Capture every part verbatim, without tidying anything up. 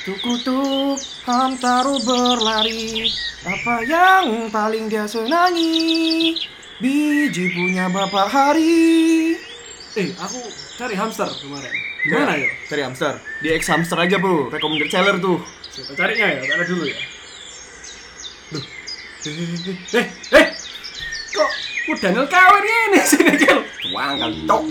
Tuk-tuk, Hamtaro berlari. Apa yang paling dia senangi? Biji punya bapak hari. Eh, aku cari hamster kemarin. Gimana ya? Cari hamster. Di X hamster aja bro, recommended seller tuh. Siapa carinya ya? Ada dulu ya. Duh. Eh, eh, eh. Kok udah Daniel kawin ini sih Daniel? Wang kan tok.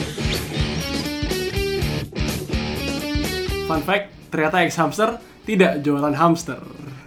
Fun fact, ternyata X hamster tidak jualan hamster.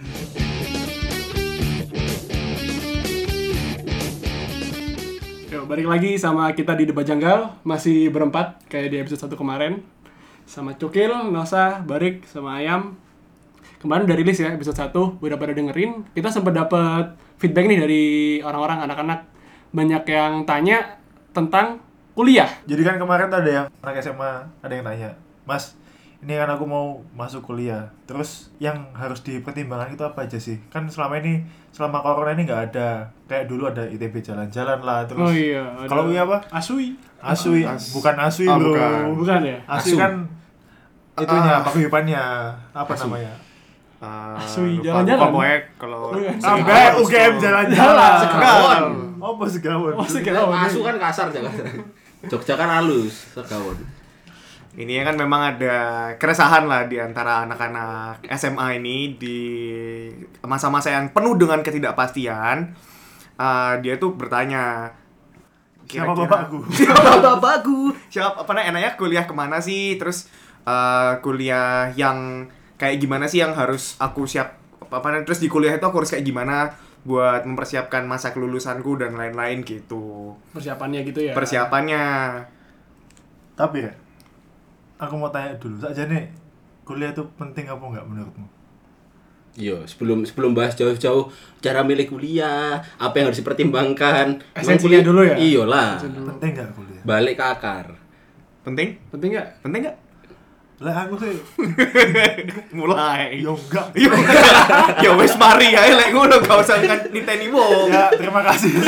Yuk, balik lagi sama kita di Debat Janggal. Masih berempat, kayak di episode satu kemarin. Sama Cukil, Nosa, Barik, sama Ayam. Kemarin udah rilis ya episode satu, udah pada dengerin. Kita sempat dapat feedback nih dari orang-orang, anak-anak. Banyak yang tanya tentang kuliah. Jadi kan kemarin tuh ada yang anak S M A, ada yang tanya, Mas, ini kan aku mau masuk kuliah, terus yang harus dipertimbangkan itu apa aja sih? Kan selama ini, selama corona ini nggak ada, kayak dulu ada I T B jalan-jalan lah, terus Oh iya, ada kalau iya apa? Asui. Asui, As- bukan Asui Oh, bro. bukan. Bukan ya? Asui Asu. kan itunya, Ah. paguyubannya, apa Asu. namanya? Uh, Asui, lupa, jalan-jalan. lupa, pokoknya kalau Oh, iya. Sampai U G M jalan-jalan. Segawon. Oh, apa segawon? Oh, segawon. Asu kan kasar jangan. Jogja kan halus, segawon. ini kan memang ada keresahan lah di antara anak-anak S M A ini di masa-masa yang penuh dengan ketidakpastian. Uh, dia tuh bertanya, Siapa kira-kira- bapakku? Siapa bapakku? Siapa apa namanya enaknya kuliah kemana sih? Terus uh, kuliah yang kayak gimana sih yang harus aku siap apa namanya? Terus di kuliah itu aku harus kayak gimana buat mempersiapkan masa kelulusanku dan lain-lain gitu. Persiapannya gitu ya. Persiapannya. Tapi ya, aku mau tanya dulu, saja nih, kuliah itu penting apa enggak menurutmu? Iya, sebelum sebelum bahas jauh-jauh cara milih kuliah, apa yang harus dipertimbangkan. Emang Esensinya kuliah- dulu ya? Iyalah. Penting enggak kuliah? Balik ke akar. Penting? Penting nggak? Penting nggak? Lah aku sih, Mulai. yo enggak. Ya wes mari ae lek ngono gak usah kan niteni wong. Ya, terima kasih.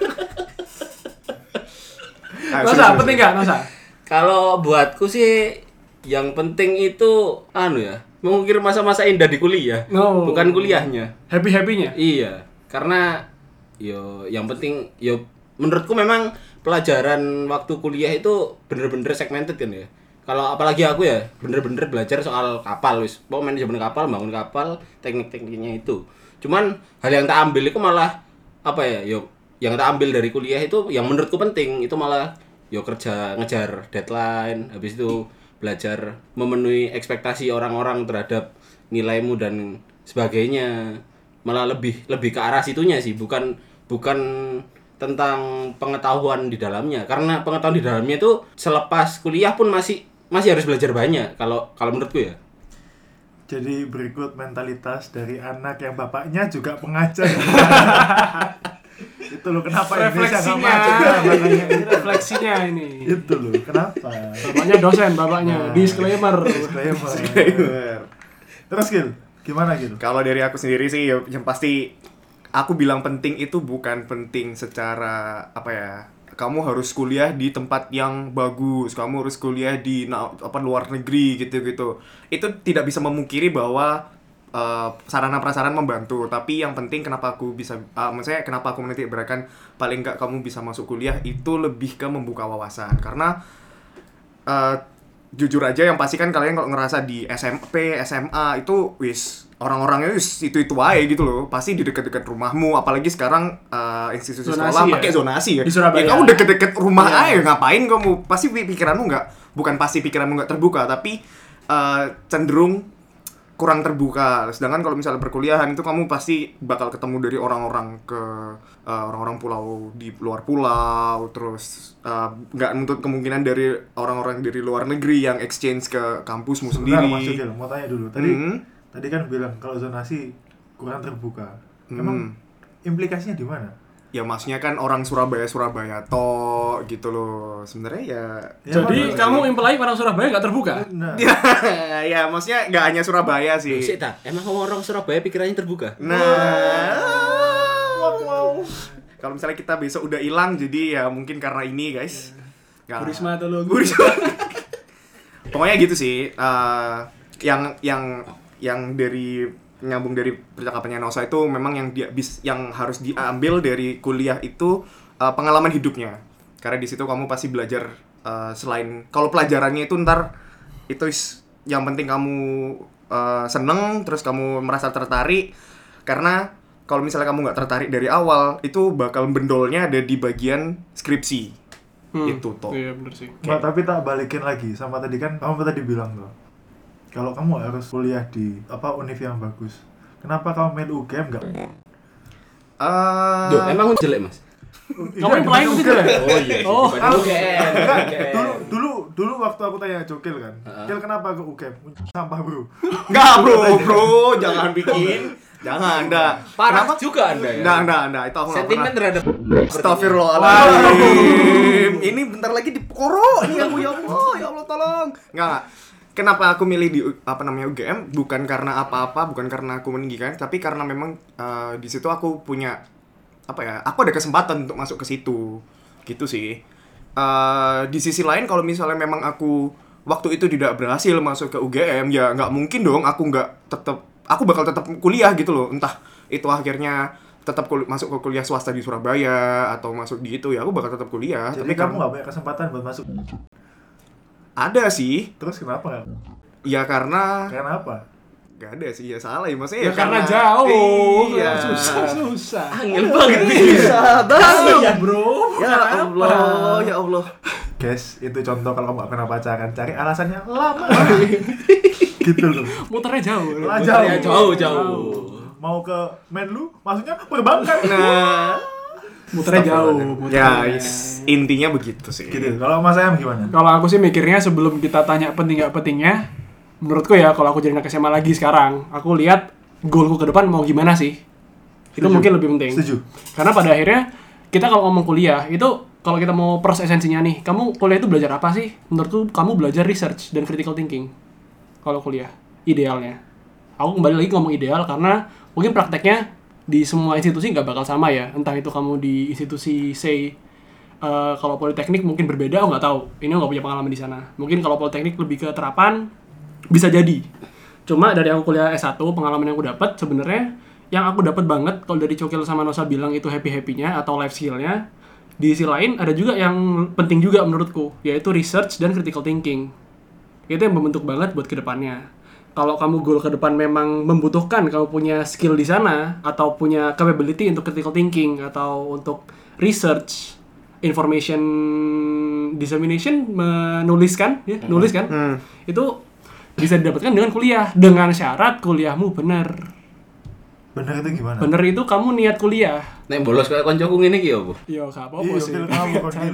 Ah, Nosa, sudah, penting nggak Nosa? Kalau buatku sih yang penting itu anu ya, mengukir masa-masa indah di kuliah. Oh. Bukan kuliahnya. Happy-happynya? Iya, karena yo yang penting yo menurutku memang pelajaran waktu kuliah itu bener-bener segmented kan ya. Kalau apalagi aku ya bener-bener belajar soal kapal wis, mau manajemen kapal, bangun kapal, teknik-tekniknya itu. Cuman hal yang tak ambil itu malah apa ya, yo yang tak ambil dari kuliah itu yang menurutku penting itu malah yo kerja ngejar deadline, habis itu belajar memenuhi ekspektasi orang-orang terhadap nilaimu dan sebagainya. Malah lebih lebih ke arah situnya sih, bukan bukan tentang pengetahuan di dalamnya. Karena pengetahuan di dalamnya itu selepas kuliah pun masih masih harus belajar banyak kalau kalau menurutku ya. Jadi berikut mentalitas dari anak yang bapaknya juga pengajar. Itu loh kenapa Indonesia nggak Refleksinya, maju. ini refleksinya ini. Itu loh kenapa? Bapaknya dosen, bapaknya. Nah. Disclaimer. Disclaimer. Disclaimer. Terus Gil, gimana Gil? Kalau dari aku sendiri sih ya, yang pasti aku bilang penting itu bukan penting secara apa ya, kamu harus kuliah di tempat yang bagus, kamu harus kuliah di na- apa luar negeri gitu-gitu. Itu tidak bisa memungkiri bahwa uh, sarana prasarana membantu, tapi yang penting kenapa aku bisa uh, maksudnya kenapa aku menitik beratkan paling enggak kamu bisa masuk kuliah itu lebih ke membuka wawasan. Karena uh, jujur aja yang pasti kan kalian kalau ngerasa di S M P, S M A itu wis orang-orangnya wis itu-itu aja gitu loh. Pasti di dekat-dekat rumahmu, apalagi sekarang uh, institusi Zonasi sekolah ya? pakai zonasi ya. Di Surabaya. Ya kamu deket-deket rumah Iya. aja ngapain kamu? Pasti pikiranmu enggak bukan pasti pikiranmu enggak terbuka, tapi uh, cenderung kurang terbuka. Sedangkan kalau misalnya perkuliahan itu kamu pasti bakal ketemu dari orang-orang ke uh, orang-orang pulau di luar pulau, terus uh, nggak menutup kemungkinan dari orang-orang dari luar negeri yang exchange ke kampusmu Sebentar sendiri. Mas Gil, mau tanya dulu. Tadi Hmm. tadi kan bilang kalau zonasi kurang terbuka. Hmm. Emang implikasinya di mana? Ya maksudnya kan orang Surabaya Surabaya toh gitu loh. Sebenarnya ya Ya, Jadi emang- kamu imply orang Surabaya nggak terbuka? Nah, ya, ya maksudnya nggak hanya Surabaya sih. Sik ta, emang orang Surabaya pikirannya terbuka? Nah, kalau misalnya kita besok udah hilang, jadi ya mungkin karena ini guys. Nggak- Bu Risma tolong. Bu Risma. Pokoknya gitu sih. eh, yang yang yang dari nyambung dari percakapannya Nosa itu memang yang dia bis yang harus diambil dari kuliah itu uh, pengalaman hidupnya. Karena di situ kamu pasti belajar uh, selain kalau pelajarannya itu ntar itu is, yang penting kamu uh, seneng terus kamu merasa tertarik, karena kalau misalnya kamu nggak tertarik dari awal itu bakal bendolnya ada di bagian skripsi. Hmm, itu toh. Iya bener sih. Mbak, tapi tak balikin lagi sama tadi kan kamu tadi bilang tuh kalau kamu harus kuliah di apa univ yang bagus, kenapa kamu main U G M enggak? Uh, Duh, emang jelek, Mas? Kamu yang lain itu ya? Oh iya. Oh, Dibanding U G M. Enggak, U G M. dulu dulu dulu waktu aku tanya Cokil kan, Heeh. Cokil kenapa ke U G M? Sampah bro. Enggak bro, bro, jangan bikin, jangan, enggak. Parah juga Anda ya. Enggak, enggak, enggak, itu aku nggak Sentimen pernah. terhadap Astagfirullahaladzim. Ini bentar lagi dipokoro ini aku, ya Allah, ya Allah tolong. Enggak, enggak. Kenapa aku milih di apa namanya U G M? Bukan karena apa-apa, bukan karena aku meninggikan, tapi karena memang uh, di situ aku punya apa ya? Aku ada kesempatan untuk masuk ke situ. Gitu sih. Uh, di sisi lain kalau misalnya memang aku waktu itu tidak berhasil masuk ke U G M, ya nggak mungkin dong aku nggak tetap aku bakal tetap kuliah gitu loh. Entah itu akhirnya tetap kul- masuk ke kuliah swasta di Surabaya atau masuk di itu, ya aku bakal tetap kuliah. Jadi Tapi kamu kan nggak punya kesempatan buat masuk. ada sih. Terus kenapa nggak? Ya karena Karena apa? gak ada sih, ya salah ya maksudnya ya karena jauh. Iya. Susah, susah. angin banget nih. Iya, Iya, Bro. ya Allah, ya Allah. Guys, itu contoh kalau kamu nggak pernah pacaran, cari alasannya lama. Gitu loh. Muternya jauh. Lah, Ya, jauh. jauh, jauh. Mau ke Menlu, maksudnya perbankan. Nah, Muternya jauh. ya muternya. is- intinya begitu sih. Gitu. Kalau Mas Ayam gimana? Kalau aku sih mikirnya sebelum kita tanya penting nggak pentingnya, menurutku ya kalau aku jadi anak S M A lagi sekarang, aku lihat goalku ke depan mau gimana sih. Itu Setuju. mungkin lebih penting. Setuju. Karena pada akhirnya kita kalau ngomong kuliah itu kalau kita mau pros esensinya nih, kamu kuliah itu belajar apa sih? Menurutku kamu belajar research dan critical thinking. Kalau kuliah idealnya. Aku kembali lagi ngomong ideal karena mungkin prakteknya di semua institusi nggak bakal sama ya. Entah itu kamu di institusi say uh, kalau politeknik mungkin berbeda, aku nggak tahu. Ini aku nggak punya pengalaman di sana. Mungkin kalau politeknik lebih ke terapan, bisa jadi. Cuma dari aku kuliah S satu, pengalaman yang aku dapat sebenarnya yang aku dapat banget kalau dari Cokil sama Nosa bilang itu happy-happy-nya atau life skill-nya. Di sisi lain ada juga yang penting juga menurutku, yaitu research dan critical thinking. Itu yang membentuk banget buat kedepannya. Kalau kamu goal ke depan memang membutuhkan kamu punya skill di sana atau punya capability untuk critical thinking atau untuk research, information dissemination, menuliskan, ya, nulis kan, Hmm. itu bisa didapatkan dengan kuliah, dengan syarat kuliahmu bener. Bener itu gimana? Bener itu kamu niat kuliah. Nek bolos kayak koncoku ngene iki ya, Bu. Iya, gak apa-apa Iya, sih. Cokil kamu kondil.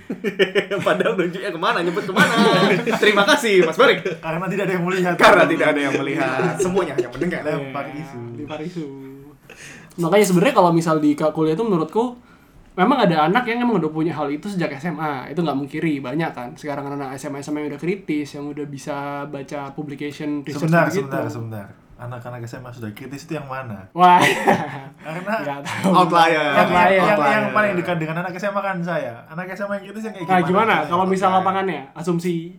Padahal nunjuknya kemana, nyebut kemana. Terima kasih Mas Barik. Karena tidak ada yang melihat. Karena tidak ada yang melihat, semuanya hanya mendengar. Lempar isu. Lempar isu. Makanya sebenarnya kalau misal di kuliah itu menurutku memang ada anak yang emang udah punya hal itu sejak S M A. Itu nggak mungkiri, banyak kan. Sekarang anak S M A S M A yang udah kritis, yang udah bisa baca publication research Sebentar, gitu. sebentar, sebentar. Anak-anak S M A sudah kritis itu yang mana? Wah. Karena Nggak tahu. Outlier. yang, yang, Outlier. yang, Outlier. yang paling dekat dengan anak S M A kan saya. Anak S M A yang kritis yang kayak Nah, gimana? gimana kalau misal lapangannya? Asumsi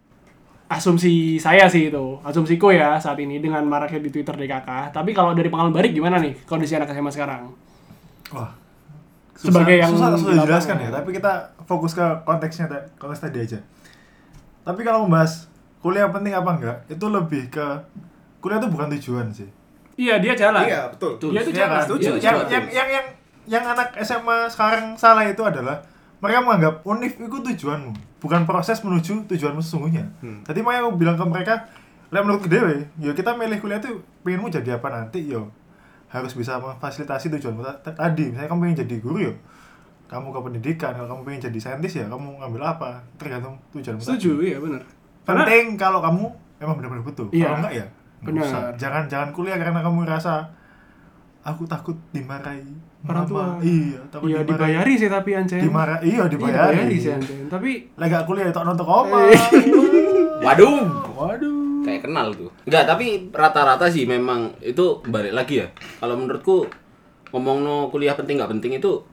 asumsi saya sih itu. Asumsiku ya saat ini dengan maraknya di Twitter D K K. Tapi kalau dari pengalaman Barik gimana nih kondisi anak S M A sekarang? Wah. Sebagai yang susah, di susah dijelaskan lapangan. ya, tapi kita fokus ke konteksnya ta- konteks tadi aja. Tapi kalau membahas kuliah penting apa enggak, itu lebih ke kuliah itu bukan tujuan sih. Iya, dia jalan. Iya, betul. Dia itu Iya jalan. kan? setuju, yang, setuju. yang, yang, yang, yang, yang anak S M A sekarang salah itu adalah mereka menganggap univ itu tujuanmu, bukan proses menuju tujuanmu sesungguhnya. Hmm. Tadi makanya aku bilang ke mereka, lah menurut dewe, ya kita milih kuliah itu pengenmu jadi apa nanti, yo harus bisa memfasilitasi tujuanmu ta- ta- tadi. Misalnya kamu pengen jadi guru, yo kamu ke pendidikan. Kalau kamu pengen jadi saintis, ya kamu ngambil apa, tergantung tujuanmu. Setuju, tadi. iya benar. Karena Penting kalau kamu emang benar-benar butuh. Iya. Kalau enggak ya, nggak Benar. usah. Jangan jangan kuliah karena kamu rasa aku takut dimarahi orang mama." tua. Iya, takut Iya, dimarahi. dibayari sih tapi Ancen. Dimarahi, iya Iya, dibayari. dibayari sih Ancen. Tapi Lah gak kuliah tok nonton oma. Waduh. Waduh. Kayak kenal tuh. Enggak, tapi rata-rata sih memang itu balik lagi ya. Kalau menurutku ngomong no kuliah penting nggak penting itu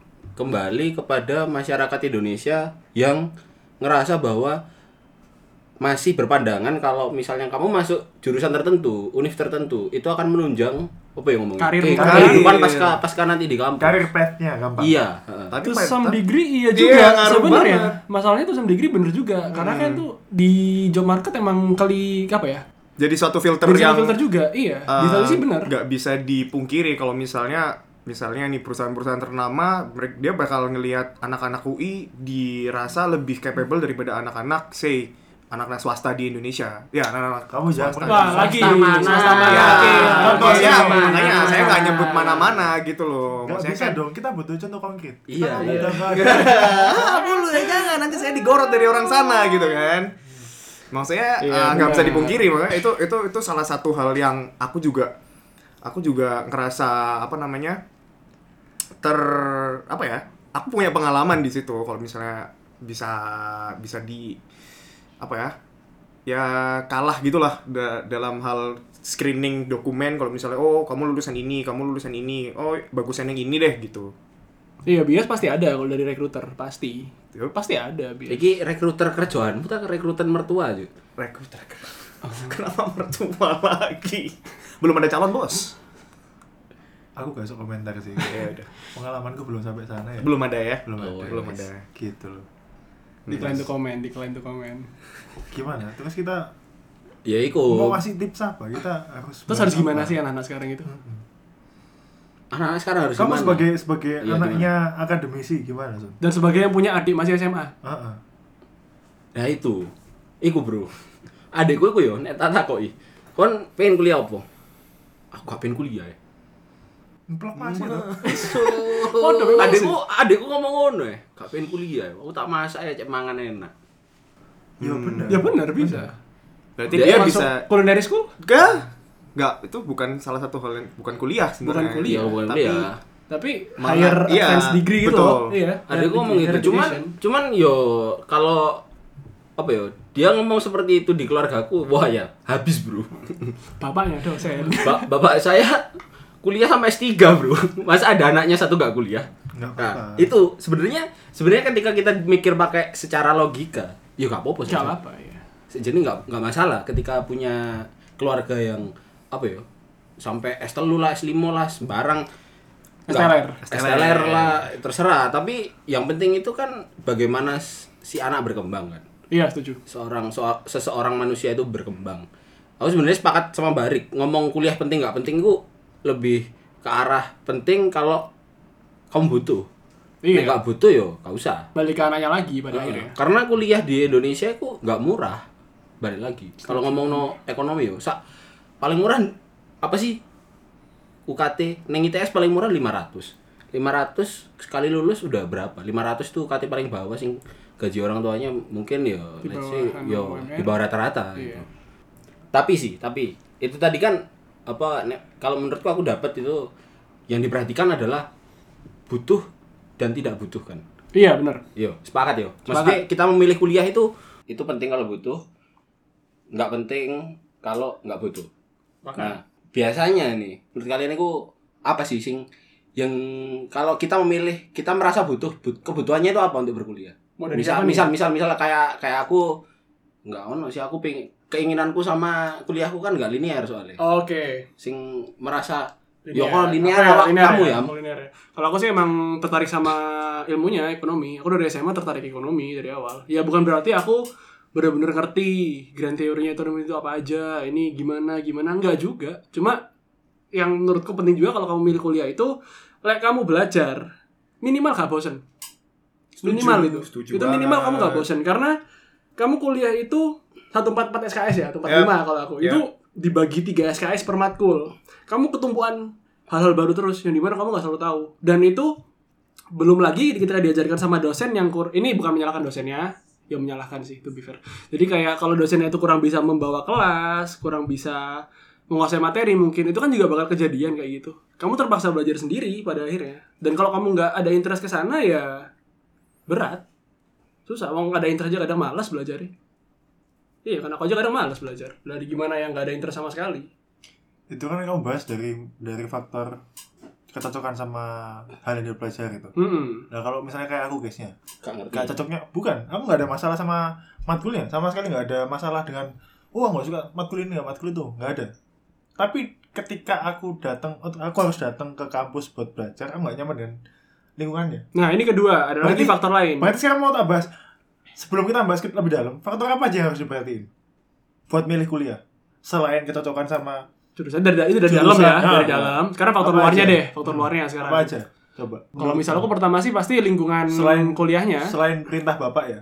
kembali kepada masyarakat Indonesia yang ngerasa bahwa masih berpandangan kalau misalnya kamu masuk jurusan tertentu, univ tertentu, itu akan menunjang apa yang ngomongnya? Karir. Eh, Karir. kehidupan pasca pasca nanti di kampus. Karir path-nya gampang. Iya, heeh. Tapi To Pak, some tapi- degree iya Iya, juga ngaruh sebenarnya. banget. Masalahnya to some degree bener juga karena kan tuh di job market emang kali apa ya? jadi suatu filter Jadi yang filter juga, iya. eh, Di satu sih benar. nggak bisa dipungkiri kalau misalnya misalnya nih perusahaan-perusahaan ternama mereka dia bakal ngelihat anak-anak U I dirasa lebih capable daripada anak-anak say anak-anak swasta di Indonesia. Ya, anak-anak Kamu jangan swasta. pernah- Wah, lagi Swasta mana? swasta mana? Ya, Oke, oke. maksudnya Swasta mana? makanya saya nggak nyebut mana-mana gitu loh. Nggak Maksudnya bisa kan dong, kita butuh contoh konkret. Iya, Kita iya. udah nggak ada. ah, dulu ya jangan nanti saya digorot dari orang sana gitu kan. Maksudnya Iya, ah, nggak bisa benar. dipungkiri makanya itu itu itu salah satu hal yang aku juga aku juga ngerasa apa namanya ter apa ya aku punya pengalaman di situ kalau misalnya bisa bisa di apa ya ya kalah gitulah da- dalam hal screening dokumen kalau misalnya oh kamu lulusan ini kamu lulusan ini oh bagusan yang ini deh gitu. Iya, bias pasti ada kalau dari recruiter, pasti. Yup. Pasti ada bias. Iki rekruter kerjaan, kita rekruter mertua aja. Rekruter kenapa mertua lagi belum ada calon bos. Aku gak suka komentar sih. Ya udah. Pengalamanku belum sampai sana ya. Belum ada ya Belum Oh, ada. belum yes. ada. Gitu loh. Decline to comment, decline to comment. Gimana? Terus kita Ya iku. mau kasih tips apa? Kita harus Terus bahas harus gimana apa? sih anak-anak sekarang itu? Anak-anak sekarang harus Kamu gimana? sebagai sebagai Iya, anaknya akademisi gimana, Son? Dan sebagai yang punya adik masih S M A. Heeh. Nah itu, iku bro. Adekku iku yo, nek tak takoki. Kon pengen kuliah apa? Aku gak pengen kuliah ya. Emplok masih tuh. Podo, memang Adekku, adekku ngomong ngono ya. Gak pengen kuliah. Aku tak masak ya cek mangan enak. Ya benar. Ya benar bisa. Berarti Dia dia, Masuk bisa culinary school? enggak enggak itu bukan salah satu hal yang bukan kuliah sebenarnya. Bukan kuliah. Iya, bukan Tapi kuliah. Tapi Malah- higher iya, advanced degree gitu betul. loh. Iya. Adekku ngomong Higher gitu. Cuman education. cuman yo kalau apa yo, dia ngomong seperti itu di keluargaku, wah ya habis bro. Bapaknya dosen. Ba- bapak saya kuliah sampai S tiga bro. Masa ada anaknya satu gak kuliah? Nggak Nah, apa-apa. itu sebenarnya sebenarnya ketika kita mikir pakai secara logika, ya gak apa-apa sih. Gak apa ya. Jadi nggak nggak masalah ketika punya keluarga yang apa ya sampai S telu lah, S lima lah, sembarang. S T L R. S T L R lah, terserah. Tapi yang penting itu kan bagaimana si anak berkembang kan. Iya, setuju. Seorang soal, seseorang manusia itu berkembang. Aku sebenarnya sepakat sama Barik, ngomong kuliah penting nggak penting ku lebih ke arah penting kalau kamu butuh. Iya. Nek nggak butuh yo nggak usah. Balik ke anaknya lagi pada akhirnya. Karena kuliah di Indonesia itu nggak murah. Balik lagi. Kalau ngomong no ekonomi yo, sak paling murah apa sih? U K T neng I T S paling murah lima ratus. lima ratus sekali lulus udah berapa? lima ratus tuh U K T paling bawah sing gaji orang tuanya mungkin ya Di let's bawah say kan yo U M R. di bawah rata-rata Iya. gitu. Tapi sih, tapi itu tadi kan apa nek, kalau menurutku aku dapat itu yang diperhatikan adalah butuh dan tidak butuh kan. Iya, benar. Yo, sepakat yo. Maksudnya kita memilih kuliah itu itu penting kalau butuh, nggak penting kalau nggak butuh. Nah, biasanya nih, menurut kalian itu apa sih sing yang kalau kita memilih, kita merasa butuh, but- kebutuhannya itu apa untuk berkuliah? Mau dari Misal, siapa nih? misal, misal, misal kayak kayak aku nggak ono sih aku pengen keinginanku sama kuliahku kan nggak linear soalnya. Oke. Sing merasa Linear. yo kalau linear Apa ya, awak linear kamu ya. Kalau linear ya. Kalau aku sih emang tertarik sama ilmunya, ekonomi. Aku dari S M A tertarik ekonomi dari awal. Ya bukan berarti aku benar-benar ngerti grand teorinya ekonomi itu apa aja, ini gimana gimana enggak juga. Cuma yang menurutku penting juga kalau kamu milih kuliah itu, like kamu belajar minimal gak bosen. Minimal itu. setuju Itu minimal banget. kamu gak bosen karena kamu kuliah itu seratus empat puluh empat S K S ya, seratus empat puluh lima kalau aku. Yep. Itu dibagi tiga S K S per matkul. Kamu ketumpuan hal-hal baru terus yang dimana kamu nggak selalu tahu. Dan itu belum lagi ketika diajarkan sama dosen yang kur ini bukan menyalahkan dosennya, ya menyalahkan sih to be fair. Jadi kayak kalau dosennya itu kurang bisa membawa kelas, kurang bisa menguasai materi mungkin itu kan juga bakal kejadian kayak gitu. Kamu terpaksa belajar sendiri pada akhirnya. Dan kalau kamu nggak ada interest ke sana ya berat. Susah, mau nggak ada interest aja kadang malas belajarnya. Iya, kan aku aja kadang malas belajar. Dari gimana yang nggak ada interest sama sekali. Itu kan kamu bahas dari dari faktor kecocokan sama hal yang dia pelajari gitu. Hmm. Nah kalau misalnya kayak aku guysnya, Gak ngerti. gak cocoknya, bukan, aku nggak ada masalah sama matkulnya, sama sekali nggak ada masalah dengan, oh nggak suka matkul ini, nggak matkul itu, nggak ada. Tapi ketika aku datang, aku harus datang ke kampus buat belajar, aku nggak nyaman dengan lingkungannya. Nah ini kedua, ada lagi Berarti- faktor lain. Berarti sekarang mau tak bahas, sebelum kita bahas lebih dalam, faktor apa aja yang harus diperhatiin buat milih kuliah selain kecocokan sama Jurusan dari itu dari Jurusan, dalam ya, ah, dari dalam. Sekarang faktor apa luarnya aja? deh, faktor Hmm. luarnya sekarang. apa aja? Coba. Kalau misalnya aku pertama sih pasti lingkungan Selain- kuliahnya. Selain perintah bapak ya.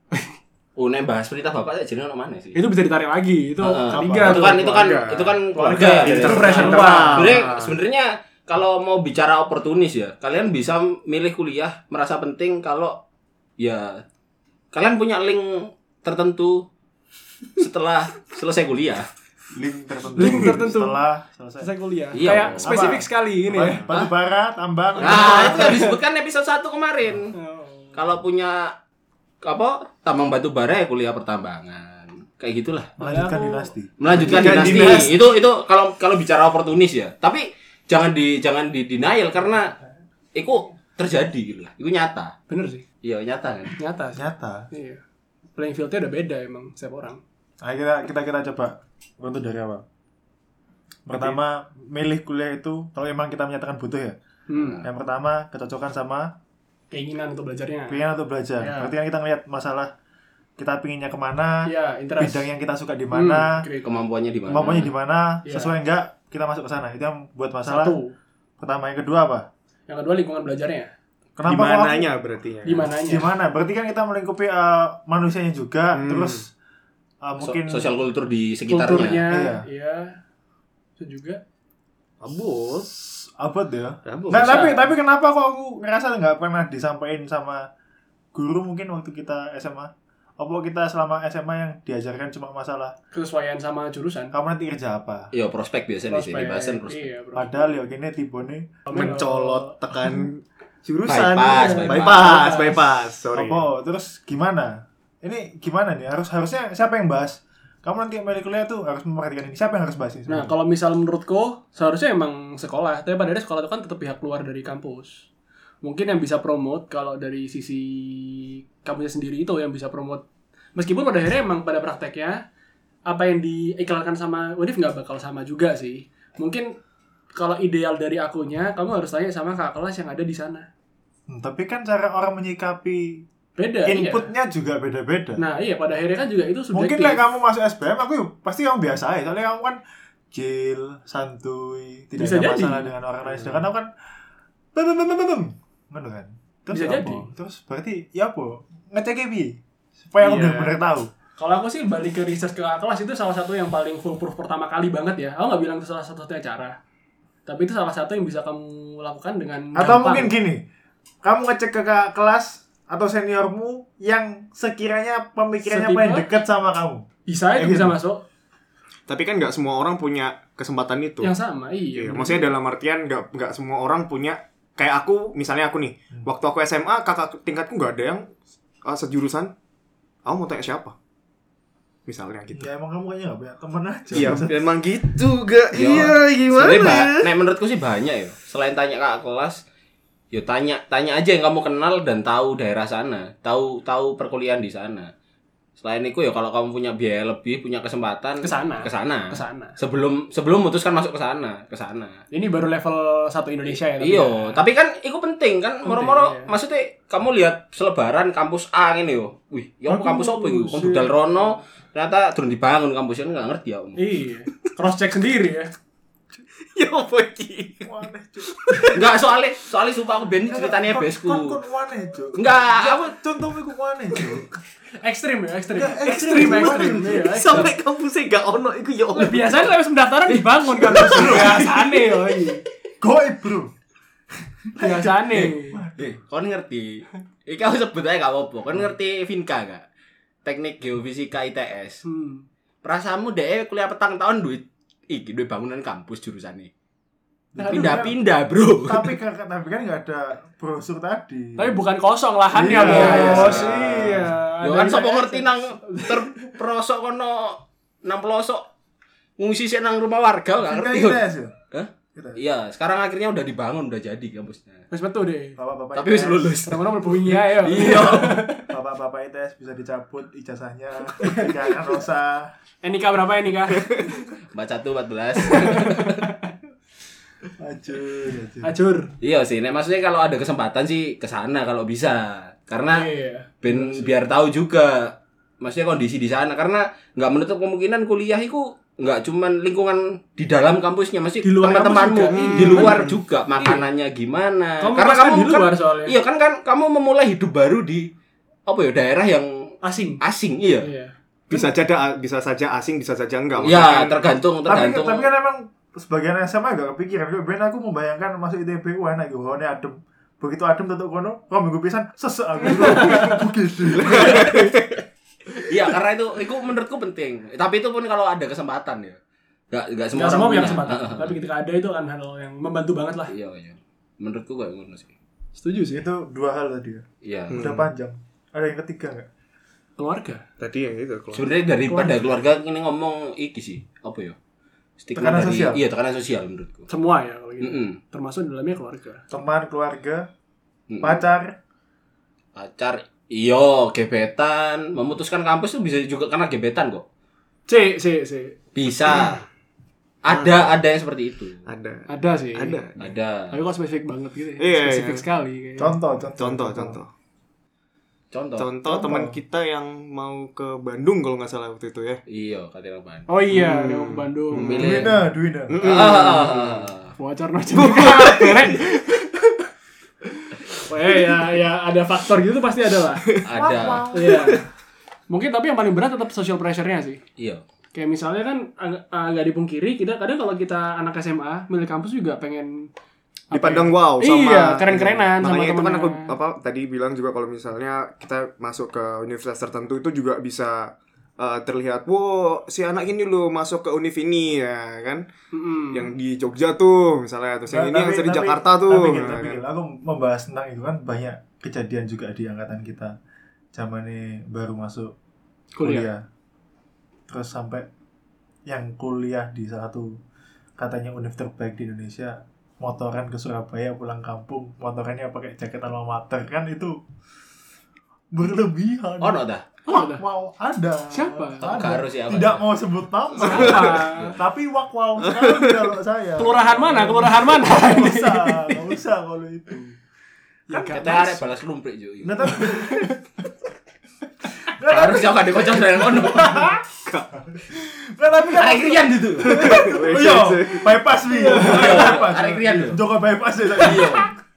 Oh, nek bahas perintah bapak aja jenenge ono mana sih? Itu bisa ditarik lagi. Itu Heeh. ketiga itu tuh. kan itu kan keluarga. itu kan Keluarga, keluarga ya. itu Dari- pressure Internal. luar. Sebenarnya sebenarnya kalau mau bicara oportunis ya, kalian bisa milih kuliah merasa penting kalau ya kalian punya link tertentu setelah selesai kuliah. Link tertentu. Link tertentu. Setelah selesai. Selesai kuliah. Iya, Kayak Bro. spesifik Apa? sekali ini ya. Batu bara, tambang. Nah, itu yang disebutkan episode satu kemarin. Oh. Kalau punya apa? Tambang batu bara ya kuliah pertambangan. Kayak gitulah. Melanjutkan Aku- dinasti. Melanjutkan Melanjutkan dinasti. dinasti. Itu itu kalau kalau bicara oportunis ya. Tapi jangan di jangan di denial karena itu terjadi gitu lah. Itu nyata. Bener sih, Iya, nyata kan. nyata sih. Nyata. Iya. Playing field-nya udah beda emang setiap orang. Ayo kita kita kita coba untuk dari awal. Pertama, milih kuliah itu kalau emang kita menyatakan butuh ya. Hmm. Yang pertama, kecocokan sama Keinginan untuk belajarnya. pengen untuk belajar. Ya. Berarti kan kita ngeliat masalah kita pinginnya kemana, Iya, interest. bidang yang kita suka di mana, Hmm, great. Kemampuannya di mana? kemampuannya di mana, Iya. sesuai enggak kita masuk ke sana. Itu yang buat masalah. Satu. Pertama, yang kedua apa? Yang kedua lingkungan belajarnya. Kenapa Di kok aku- mananya berarti ya? Di mananya? Di mana? Berarti kan kita melingkupi uh, manusianya juga, Hmm. terus uh, So- mungkin sosial kultur di sekitarnya. Kulturnya. Iya. Iya. Itu juga. Abot. abot ya. Abot. Nah, bisa. tapi tapi kenapa kok aku ngerasa nggak pernah disampaikan sama guru mungkin waktu kita S M A? Apa kita selama S M A yang diajarkan cuma masalah Kesesuaian sama jurusan. kamu nanti kerja apa? Iya, prospek biasanya di sini Prospek. bahasan prospek. Iya, bro. Padahal ya gini tipe nih Mencolot tekan jurusan. Bypass, bypass, bypass. bypass. Sorry. apa terus gimana? Ini gimana nih? Harus harusnya siapa yang bahas? Kamu nanti milih kuliah tuh harus memperhatikan ini. Siapa yang harus bahas ini? Nah, sebenarnya? kalau misal menurutku seharusnya emang sekolah, tapi pada akhirnya sekolah itu kan tetap pihak keluar dari kampus. Mungkin yang bisa promote kalau dari sisi kampusnya sendiri itu yang bisa promote. Meskipun pada akhirnya emang pada prakteknya apa yang diiklankan sama U N I F nggak bakal sama juga sih. Mungkin kalau ideal dari akunya, kamu harus tanya sama kakak kelas yang ada di sana. Hmm, tapi kan cara orang menyikapi Beda. inputnya juga beda-beda. Iya. Nah, iya pada akhirnya kan juga itu subjektif. Mungkin lah kamu masuk S B M, aku pasti kamu biasa aja. Soalnya kamu kan chill, santuy, tidak Bisa ada jadi. masalah dengan orang lain. Sedangkan aku kan bem bem bem bem bem, ngono kan. Terus Bisa apa? jadi. Terus berarti ya apa? Ngecek piye? Supaya aku Iya. benar-benar tahu. Kalau aku sih balik ke research ke kakak kelas itu salah satu yang paling foolproof pertama kali banget ya. Aku nggak bilang itu salah satu-satunya cara. Tapi itu salah satu yang bisa kamu lakukan dengan Atau gampang. mungkin gini, kamu ngecek ke kakak kelas atau seniormu yang sekiranya pemikirannya Setipe? paling dekat sama kamu. Bisa itu Kayak bisa gitu. masuk. Tapi kan nggak semua orang punya kesempatan itu. Yang sama, iya. Iya, maksudnya dalam artian nggak nggak semua orang punya kayak aku misalnya aku nih Hmm. waktu aku S M A kakak tingkatku nggak ada yang uh, sejurusan. Aku mau tanya siapa? Misalnya gitu. Ya emang kamu kayaknya gak punya temen aja. Iya, emang gitu gak? Ya, Iya, Sebenarnya gimana? ba- nek menurutku sih banyak ya. Selain tanya kakak kelas, ya tanya tanya aja yang kamu kenal dan tahu daerah sana, tahu tahu perkuliahan di sana. Selain itu ya kalau kamu punya biaya lebih, punya kesempatan Ke sana. ke sana. Ke sana. Sebelum sebelum memutuskan masuk ke sana, ke sana. Ini baru level satu Indonesia ya. tapi Iya, ya. tapi kan itu penting kan. Penting, Moro-moro iya. maksudnya kamu lihat selebaran kampus A ini yo. Wih, ya Aduh, kampus apa iku? Wong shit. budal rono, ternyata durung dibangun kampusnya enggak ngerti ya. Om. Iya. Cross check sendiri ya. Ya apa iki? Waneh, Cuk. Enggak soalnya soalnya sumpah aku ben ceritanya Kon- besku. kon- kon waneh, Cuk. Enggak, Ya, aku contohnya ku waneh, Cuk. Ekstrim ya, ekstrim. Ya, ekstrim, ekstrim, ekstrim. ekstrim. Iya, ekstrim. Sampai kampusnya gak ono iku ya ono. Biasanya kalau pendaftaran dibangun kan biasane yo. Goib, Bro. Biasane. eh, kon ngerti. Iki aku sebut aja gak apa-apa. Kon ngerti Finka gak? Teknik Geofisika I T S. Hmm. Perasaanmu deh kuliah petang tahun duit iki duit bangunan kampus jurusannya. Aduh, Pindah-pindah, Bro. Tapi kan tapi kan enggak ada brosur tadi. Tapi bukan kosong lahannya, Iya, Bos. iya. Iya. Yo Ada kan sapa I T S. ngerti nang terprosok kono nang pelosok ngungsi sik nang rumah warga gak Finka ngerti. I T S ya? Hah? Gitu. Iya, sekarang akhirnya udah dibangun, udah jadi kampusnya. Wis metu deh. Bapak-bapak Tapi wis lulus. Sama-sama mlebu wingi ae ya. Iya. Bapak-bapak I T S bisa dicabut ijazahnya. Jangan usah. Eh nikah berapa ya nikah? empat satu empat belas. Acur, acur. Acur. Iya sih, nek maksudnya kalau ada kesempatan sih ke sana kalau bisa. Karena Iya. ben biar tahu juga maksudnya kondisi di sana, karena nggak menutup kemungkinan kuliah itu nggak cuman lingkungan di dalam kampusnya, masih Di luar teman-temanmu kampus juga. di Iya, luar bener. juga makanannya gimana. Kamu Karena merasakan kamu di luar kan, soalnya. iya kan kan kamu memulai hidup baru di apa ya daerah yang Asing. asing, iya. Iya. Bisa saja bisa saja asing, bisa saja enggak. Ya, Maksudnya kan- tergantung Tapi, tergantung. tapi kan emang sebagian S M A gak kepikiran. Ben aku membayangkan masuk I T B U enak gitu. Ini adem. Begitu adem tutup kono, kok minggu pisan sesek aku. Begitu. Iya, karena itu itu menurutku penting. Tapi itu pun kalau ada kesempatan ya. Gak gak semua Nggak semua punya punya. kesempatan. Heeh. Tapi ketika ada itu kan hal yang membantu banget lah. Iya, iya. Menurutku kayak ngono sih. Setuju sih. Itu dua hal tadi ya. Iya. Udah panjang. Ada yang ketiga enggak? Keluarga. Tadi yang itu keluar. Sebenarnya daripada keluarga ini ngomong iki sih, apa ya? Stigma Tekanan dari sosial. iya, tekanan sosial menurutku. Semua ya kalau gitu. Mm-mm. Termasuk di dalamnya keluarga. Teman, keluarga, Mm-mm. pacar. Pacar, iyo, gebetan, memutuskan kampus itu bisa juga karena gebetan kok. C, C, C. Bisa. Ada ada yang seperti itu. Ada. Ada sih. Ada. Ada. Tapi kok spesifik banget gitu ya. Iya, spesifik iya. sekali kayaknya. Contoh, contoh. Contoh, contoh. Contoh. Contoh teman kita yang mau ke Bandung kalau nggak salah waktu itu ya. Iya, katanya Bandung. Oh iya, Hmm. dia mau ke Bandung. Milih. Duina, Duina. Ah, Bocor no jadi keren. Oh ya, ya, ya ada faktor gitu pasti ada lah. ada. Iya. Mungkin tapi yang paling berat tetap social pressure-nya sih. Iya. Kayak misalnya kan ag- agak dipungkiri, kita kadang kalau kita anak S M A milih kampus juga pengen apa Dipandang ya? wow sama Iya, keren-kerenan sama makanya itu kan temennya. aku apa tadi bilang juga kalau misalnya kita masuk ke universitas tertentu itu juga bisa uh, terlihat, wow si anak ini loh masuk ke univ ini ya kan, Mm-mm. yang di Jogja tuh misalnya, terus yang Nah, ini tapi- yang di tapi- Jakarta tuh. Tapi, Gil, ya tapi, kan? Gil, aku membahas tentang itu kan banyak kejadian juga di angkatan kita. Zaman ini baru masuk Kuliah. kuliah. Terus sampai yang kuliah di salah satu katanya univ terbaik di Indonesia, motoran ke Surabaya pulang kampung, motorannya pakai jaket alma mater, kan itu berlebihan. Oh, no dah. Oh, Wak, ada. wow, ada. Siapa? Ada. Nggak harus siapa. Tidak mau sebut nama. Siapa? Tapi wak wow sekali kalau saya. Kelurahan mana? Kelurahan mana? Nggak usah, nggak usah kalau itu. Ya, Kan Kita arek balas lumprik yo. Nah, tapi Harus yang gak dikocok dari kono. Nggak, tapi kan Arek krian itu. Oh iya, bypass nih. Bypass. Arek krian lho. Joko bypass ya saya. Iya.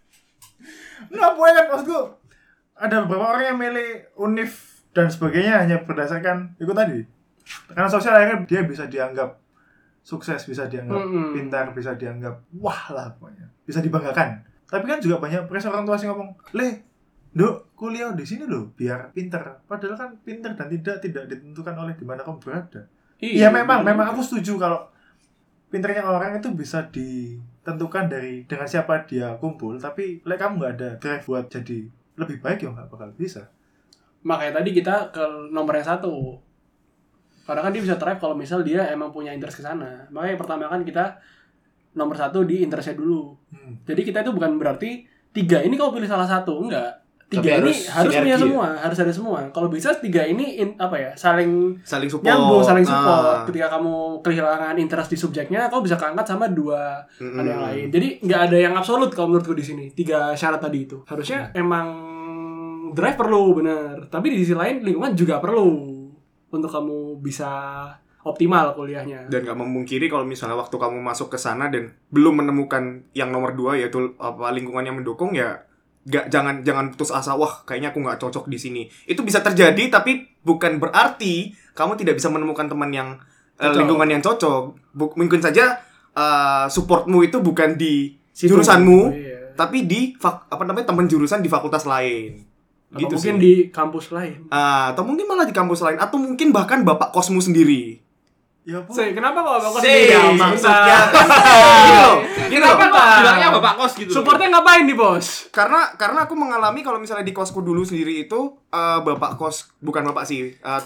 Nggak boleh kan maksudku. Ada beberapa orang yang milih univ dan sebagainya hanya berdasarkan itu tadi. Karena sosial akhirnya dia bisa dianggap sukses, bisa dianggap Mm-mm. pintar, bisa dianggap wah lah pokoknya. Bisa dibanggakan. Tapi kan juga banyak pressure orang tua sih ngomong, "Le, Dok, kuliah di sini loh biar pintar." Padahal kan pintar dan tidak tidak ditentukan oleh di mana kamu berada. Iya memang, memang aku setuju kalau pinternya orang itu bisa ditentukan dari dengan siapa dia kumpul, tapi like kamu nggak ada drive buat jadi lebih baik ya nggak bakal bisa. Makanya tadi kita ke nomor yang satu. Karena kan dia bisa thrive kalau misal dia emang punya interest ke sana. Makanya yang pertama kan kita nomor satu di interestnya dulu. Hmm. Jadi kita itu bukan berarti tiga ini kau pilih salah satu, enggak. Tiga Tapi ini harus harus punya sinergi semua, harus ada semua. Kalau bisa tiga ini in, apa ya, saling Saling support. nyambung, saling support. Ah. Ketika kamu kehilangan interest di subjeknya, kau bisa keangkat sama dua Mm-mm. ada yang lain. Jadi nggak ada yang absolut kalau menurutku di sini. Tiga syarat tadi itu. Harusnya emang drive perlu bener, tapi di sisi lain lingkungan juga perlu untuk kamu bisa optimal kuliahnya. Dan gak memungkiri kalau misalnya waktu kamu masuk ke sana dan belum menemukan yang nomor dua yaitu apa lingkungan yang mendukung, ya gak, jangan jangan putus asa, wah kayaknya aku nggak cocok di sini. Itu bisa terjadi tapi bukan berarti kamu tidak bisa menemukan teman yang eh, Cocok. lingkungan yang cocok. Buk- mungkin saja eh, supportmu itu bukan di Situ. jurusanmu, Iya. tapi di fak- apa namanya teman jurusan di fakultas lain. Atau Gitu mungkin sih. di kampus lain. Ah, atau mungkin malah di kampus lain, atau mungkin bahkan bapak kosmu sendiri. Ya bu. Se, kenapa kok bapak kos Si, sendiri? maksudnya Bentar. Gini loh, gini Kenapa loh. kok Bilangnya bapak kos gitu. Supportnya ngapain di bos? Karena karena aku mengalami kalau misalnya di kosku dulu sendiri itu eh, bapak kos, bukan bapak sih, eh, tem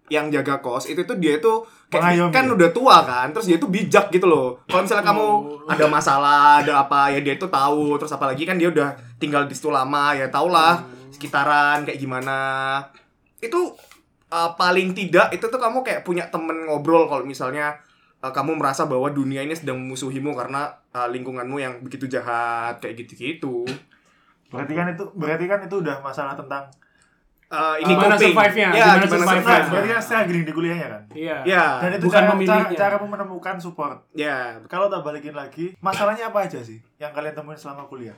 yang jaga kos itu tuh dia tuh kayak Mengayomi. kan udah tua kan, terus dia tuh bijak gitu loh. Kalau misalnya kamu ada masalah, ada apa ya dia tuh tahu. Terus apalagi kan dia udah tinggal di situ lama ya, tahulah sekitaran kayak gimana. Itu uh, paling tidak itu tuh kamu kayak punya temen ngobrol kalau misalnya uh, kamu merasa bahwa dunia ini sedang memusuhimu karena uh, lingkunganmu yang begitu jahat kayak gitu-gitu. Berarti kan itu berarti kan itu udah masalah tentang Uh, ini Gimana coping. survive-nya? Ya, Gimana gimana survive-nya? survive? berarti kan struggling di kuliahnya kan. Iya. Ya, Dan itu bukan cara, cara, memilihnya. cara menemukan support. ya. Kalau tak balikin lagi, masalahnya apa aja sih yang kalian temuin selama kuliah?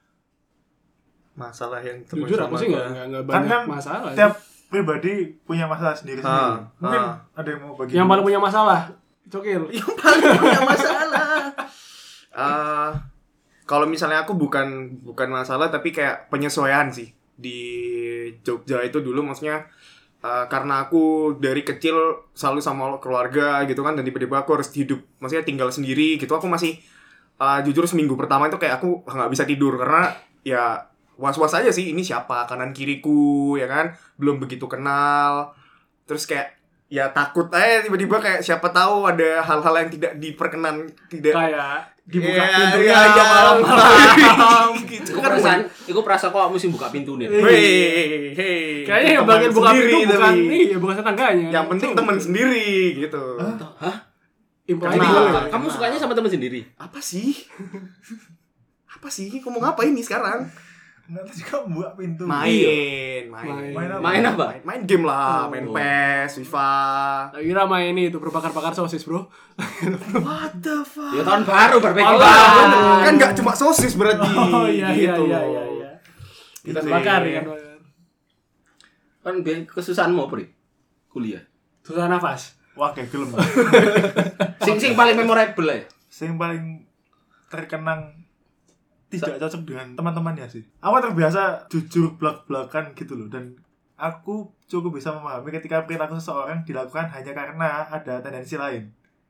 Masalah yang Jujur aku sih nggak nggak nggak Kan banyak kan masalah. tiap sih. pribadi punya masalah sendiri-sendiri. Ah, Mungkin ah. ada yang mau bagi. Yang paling punya masalah, Cokil. Yang paling punya masalah. Uh, kalau misalnya aku bukan bukan masalah tapi kayak penyesuaian sih di Jogja itu dulu, maksudnya uh, karena aku dari kecil selalu sama keluarga gitu kan, dan tiba-tiba aku harus hidup maksudnya tinggal sendiri gitu. Aku masih uh, jujur seminggu pertama itu kayak aku nggak bisa tidur karena ya was-was aja sih, ini siapa kanan kiriku ya kan, belum begitu kenal. Terus kayak ya takut aja tiba-tiba kayak siapa tahu ada hal-hal yang tidak diperkenan, tidak Kayak dibuka Ya, pintunya ya, ya, malam-malam. gitu Iku kan. perasaan, iku perasa kok mesti buka pintu nih. Hei, hei. Kayaknya yang Teman bagian buka sendiri pintu bukan tapi. iya, bukan tetangganya. Yang penting teman sendiri gitu. Hah? Imply Kenapa? dulu. Kamu, kamu sukanya sama teman sendiri? Apa sih? Apa sih? Ngomong apa ini sekarang? Nanti juga buka pintu. Main, main. Main apa? Main apa? Main, main game lah, Oh. main P E S, FIFA. Tak kira main ini itu berbakar-bakar sosis, Bro. What the fuck? Ya tahun baru barbecue. Oh, Ah. kan nggak cuma sosis berarti. Oh iya iya Gitu iya loh. iya iya. Gitu Ikan sih. bakar ikan bakar. Kan biar kesusahanmu apa, Ri? Kuliah. Susah nafas. Wah, kayak film. Sing sing paling memorable ya. Yang paling terkenang tidak cocok dengan teman-temannya sih. Aku terbiasa jujur belak-belakan gitu loh, dan aku cukup bisa memahami ketika perilaku seseorang dilakukan hanya karena ada tendensi lain.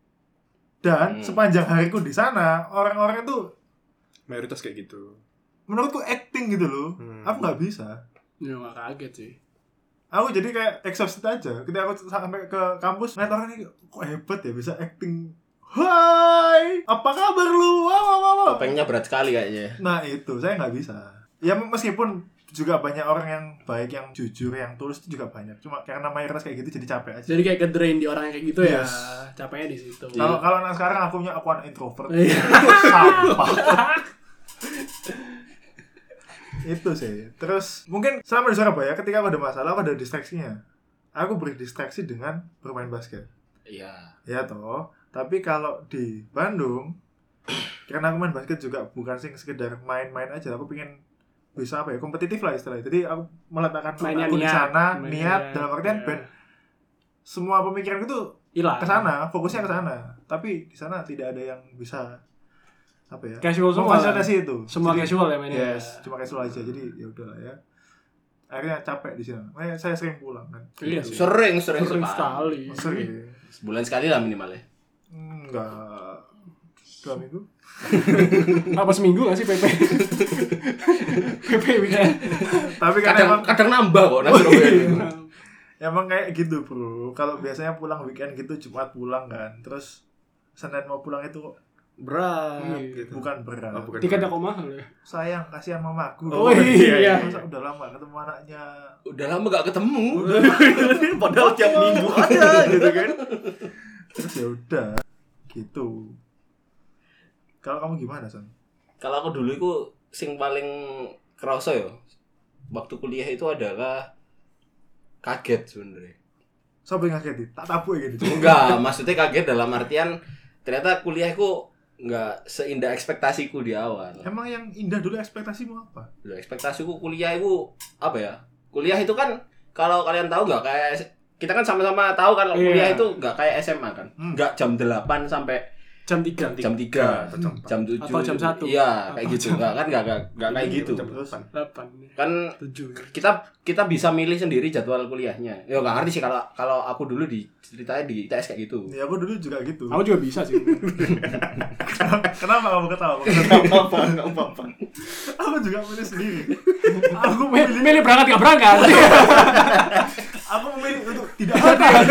Dan Hmm. sepanjang hariku di sana, orang-orang itu Mayoritas kayak gitu. menurutku acting gitu loh. Hmm. Aku nggak bisa. Ya nggak kaget sih. Aku jadi kayak exhausted aja. Ketika aku sampai ke kampus, ngeliat orang ini kok hebat ya bisa acting. Hai, apa kabar lu? Wah, wah, wah, wah. Topengnya berat sekali kayaknya. Nah itu, saya nggak bisa. Ya meskipun juga banyak orang yang baik, yang jujur, yang tulus itu juga banyak. Cuma karena mayoritas kayak gitu jadi capek aja. Jadi kayak ke-drain di orang yang kayak gitu ya. Yes. Capeknya di situ. Kalau kalau anak sekarang aku punya aku anak introvert. Iya. Sampah. Itu sih. Terus mungkin selama di Surabaya ketika aku ada masalah, aku ada distraksinya. Aku beri distraksi dengan bermain basket. Iya. Ya toh. Tapi kalau di Bandung, karena aku main basket juga bukan sing sekedar main-main aja, aku pengen bisa apa ya, kompetitif lah istilahnya. Jadi aku meletakkan Mainnya aku di niat. sana, Mainnya niat niat. dalam artian Iya. ben semua pemikiran itu Hilang. ke sana, fokusnya ke sana. Tapi di sana tidak ada yang bisa apa ya? Casual semua. memfasilitasi itu. Semua Jadi, casual ya mainnya. Yes, cuma casual aja. Jadi ya udahlah ya. Akhirnya capek di sana. Makanya saya sering pulang kan. Iya Gitu. sih. Sering, sering, Sering sekali. sekali. Sering. Sebulan sekali lah minimal ya. Enggak. Dua minggu. Apa seminggu nggak sih P P? P P weekend. Tapi kan Kadang emang kadang nambah kok nang Surabaya. emang kayak gitu bro. Kalau biasanya pulang weekend gitu Jumat pulang kan, terus Senin mau pulang itu kok Berat Iya. gitu. bukan berat. Oh, bukan. Tiketnya kok mahal ya? Sayang, kasihan mamaku. Oh, iya. Masa udah lama ketemu anaknya. Udah lama gak ketemu. Padahal tiap minggu ada gitu kan. Terus ya udah gitu. Kalau kamu gimana, Son? Kalau aku dulu itu sing paling kerasa ya waktu kuliah itu adalah kaget sebenarnya. Sampai ngagetin, tak tabu ya gitu. Enggak, maksudnya kaget dalam artian ternyata kuliahku enggak seindah ekspektasiku di awal. Emang yang indah dulu ekspektasimu apa? Loh, ekspektasiku kuliah itu apa ya? Kuliah itu kan kalau kalian tahu nggak kayak kita kan sama-sama tahu kalau Iya. kuliah itu nggak kayak S M A kan. Hmm. Nggak jam delapan sampai Jam tiga. jam tiga, atau jam jam tujuh. Atau jam satu. Iya, kayak Atau gitu. Enggak kan enggak enggak enggak kayak gitu. Jam Terus? delapan. Delapan. Kan Tujuh. kita kita bisa milih sendiri jadwal kuliahnya. Ya nggak ngerti sih kalau kalau aku dulu di ceritanya di I T S kayak gitu. Ya aku dulu juga gitu. Aku juga bisa sih. Kenapa kamu ketawa? apa-apa, enggak apa-apa. Aku juga milih sendiri. Aku milih, milih berangkat nggak berangkat. Aku memilih untuk Tidak ada.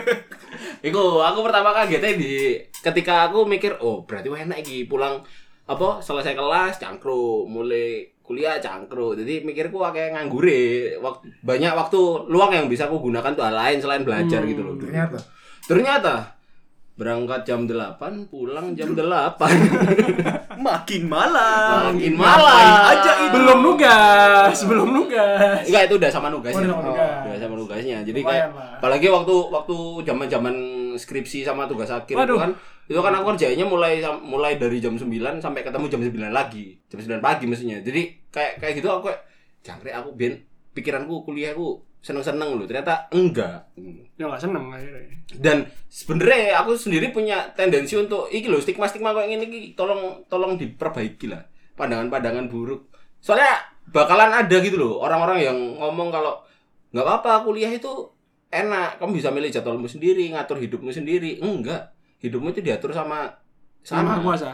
Iku aku pertama kagetnya di ketika aku mikir oh berarti wah enak iki pulang apa selesai kelas cangkruk mulai kuliah cangkruk jadi mikirku kayak nganggure waktu, banyak waktu luang yang bisa aku gunakan tuh hal lain selain belajar hmm, gitu loh. Ternyata ternyata berangkat jam delapan pulang jam delapan Makin malam. Makin malam. Aja itu. Belum nugas, belum nugas. Enggak itu udah sama nugasnya. Oh, udah sama nugas. Udah sama nugasnya. Jadi Lumayan kayak lah. apalagi waktu waktu zaman-zaman skripsi sama tugas akhir Waduh. itu kan itu kan aku kerjainnya mulai mulai dari jam sembilan sampai ketemu jam sembilan lagi. Jam sembilan pagi maksudnya. Jadi kayak kayak gitu aku kayak jangkrik aku ben pikiranku kuliahku seneng-seneng loh. Ternyata enggak. Ya nggak seneng akhirnya. Dan sebenarnya aku sendiri punya tendensi untuk iki loh stigma-stigma kayak gini iki tolong tolong diperbaiki lah pandangan-pandangan buruk. Soalnya bakalan ada gitu loh orang-orang yang ngomong kalau nggak apa-apa kuliah itu enak, kamu bisa milih jadwalmu sendiri, ngatur hidupmu sendiri. Enggak, hidupmu itu diatur sama Sama sama kuasa.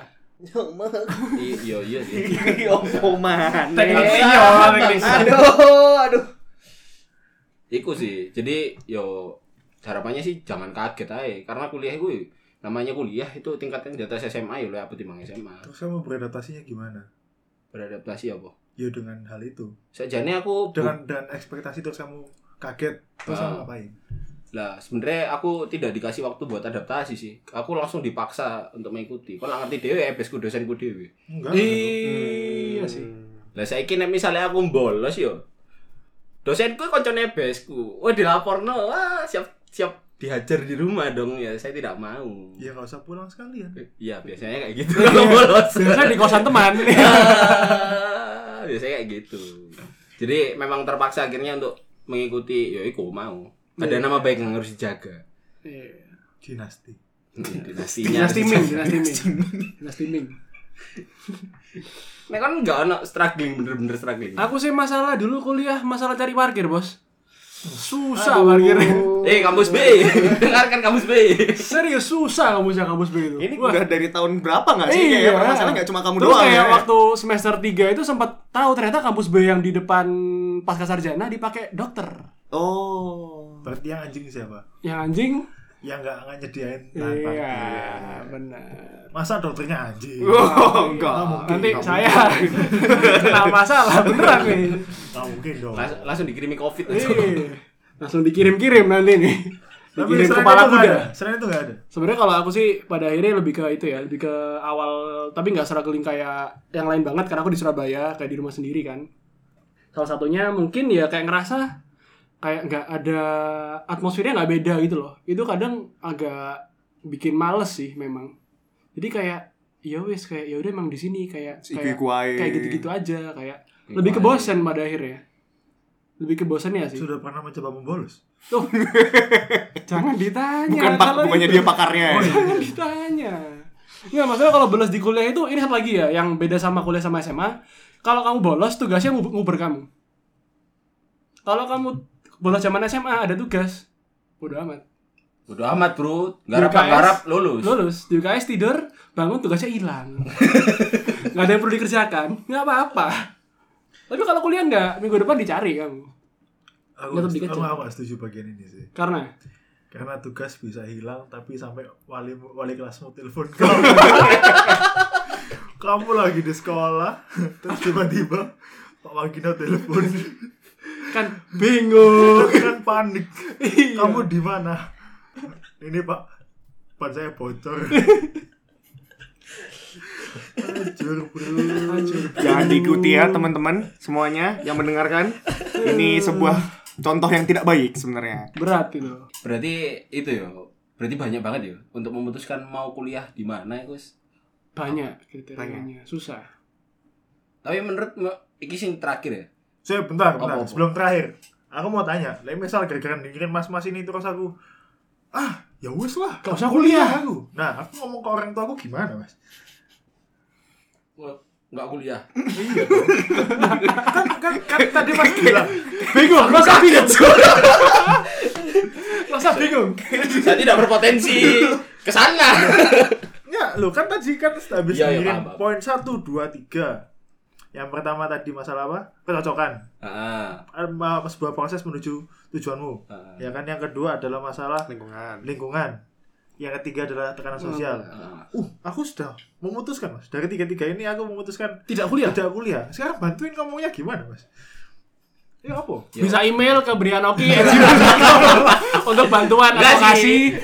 iya iya sih. Opo man. Teknik Eh, iya, apa, teknik. Bang? Aduh, aduh. Iku sih. Jadi yo harapannya sih jangan kaget aja karena kuliah gue namanya kuliah itu tingkatnya di atas S M A ya lo apa timbang S M A. terus kamu beradaptasinya gimana? Beradaptasi apa? Ya dengan hal itu. Sajane aku Dengan dan ekspektasi terus kamu kaget terus Ah. kamu ngapain? lah sebenarnya aku tidak dikasih waktu buat adaptasi sih. Aku langsung dipaksa untuk mengikuti. Kau nggak ngerti dewe, ebesku dosenku dewe. Enggak. Iya sih. Lah saiki nek misale aku bolos yo. Dosenku koncone ebesku. Wah dilaporno. Wah siap siap dihajar di rumah dong ya. Saya tidak mau. Ya enggak usah pulang sekalian. Iya, biasanya kayak gitu kalau bolos. Biasanya di kosan teman. Biasanya kayak gitu. Jadi memang terpaksa akhirnya untuk mengikuti ya iku mau. Ada Iya. nama baik yang harus dijaga. Iya. Dinasti. Dinastinya. Dinasti Ming, dinasti Ming. Dinasti Ming. Nek kan enggak ana struggling bener-bener struggling. Aku sih masalah dulu kuliah masalah cari parkir, Bos. Susah parkirnya. Eh kampus B. Dengarkan kampus B. Serius susah kampusnya kampus B itu. Ini Wah. udah dari tahun berapa nggak sih? Iya. Kayak permasalahannya nggak cuma kamu Terus doang kayak ya. waktu semester tiga itu sempat tahu ternyata kampus B yang di depan pasca sarjana dipakai dokter. Oh. Berarti yang anjing siapa? Yang anjing. Yang enggak enggak nyediain lahan Iya, parkir. benar. Masa dokternya anjing? Oh, enggak. Nanti Nggak saya kena masalah beneran nih. Enggak mungkin dong. Langsung, langsung dikirimi Covid. Iya. Langsung dikirim-kirim nanti nih. Tapi Dikirim selain kepala itu nggak kuda. ada. Selain itu enggak ada. Sebenarnya kalau aku sih pada akhirnya lebih ke itu ya, lebih ke awal tapi nggak struggling kayak yang lain banget karena aku di Surabaya kayak di rumah sendiri kan. Salah satunya mungkin ya kayak ngerasa kayak nggak ada atmosfernya nggak beda gitu loh. Itu kadang agak bikin males sih memang. Jadi kayak ya wes kayak ya udah emang di sini kayak kayak, Iku-iku aja. kayak gitu-gitu aja kayak Iku lebih ke aja. bosan pada akhirnya. Lebih ke bosannya sih. Sudah pernah mencoba membolos? Tuh. Jangan ditanya. Bukan pak, kalau bukannya itu. dia pakarnya. ya? Jangan ditanya. Nggak, maksudnya kalau bolos di kuliah itu ini satu lagi ya, yang beda sama kuliah sama S M A. Kalau kamu bolos, tugasnya ngub- nguber kamu. Kalau kamu bolos zaman S M A ada tugas, bodo amat. Bodo amat, Bro. Di Garap U K S, garap lulus. Lulus. Di U K S tidur, bangun tugasnya hilang. Nggak ada yang perlu dikerjakan, nggak apa-apa. Tapi kalau kuliah nggak, minggu depan dicari kamu. Aku Tetap aku dikejar. aku nggak setuju bagian ini sih. Karena Karena tugas bisa hilang tapi sampai wali wali kelasmu telepon kamu. Kamu lagi di sekolah, terus tiba-tiba Pak Wagino telepon. kan bingung. Kan panik. Iya. Kamu di mana? Ini Pak, ban saya bocor. Hancur, bro. Jangan diikuti ya teman-teman semuanya yang mendengarkan. Ini sebuah contoh yang tidak baik sebenarnya. Berat itu. Berarti itu ya. Berarti banyak banget ya untuk memutuskan mau kuliah di mana ya, Gus. Banyak kriterianya, susah. Tapi menurut iki sing terakhir ya. Saya bentar, bentar. Apa-apa? Sebelum terakhir, aku mau tanya. Lah misal gara-gara dengerin mas-mas ini terus aku, ah, ya wes lah. Gak usah kuliah. aku. Nah, aku ngomong ke orang tua aku gimana, Mas? Wah, enggak kuliah. Iya dong. kan, kan, kan tadi Mas bilang, Bingung, lo usah bingung. Lo usah bingung. Saya tidak berpotensi ke sana. ya lo kan tadi kan habis Iya, iya, dengerin paham, paham. poin satu, dua, tiga. Yang pertama tadi masalah apa? Kecocokan. Heeh. Em, uh, sebuah proses menuju tujuanmu. Ah. Ya kan, yang kedua adalah masalah Lingkungan. lingkungan. Yang ketiga adalah tekanan sosial. Ah. Uh, aku sudah memutuskan, Mas. Dari tiga-tiga ini aku memutuskan Tidak kuliah. tidak kuliah. Sekarang bantuin kamunya gimana, Mas? Ya apa? Yo. Bisa email ke brianoki untuk bantuan Enggak advokasi.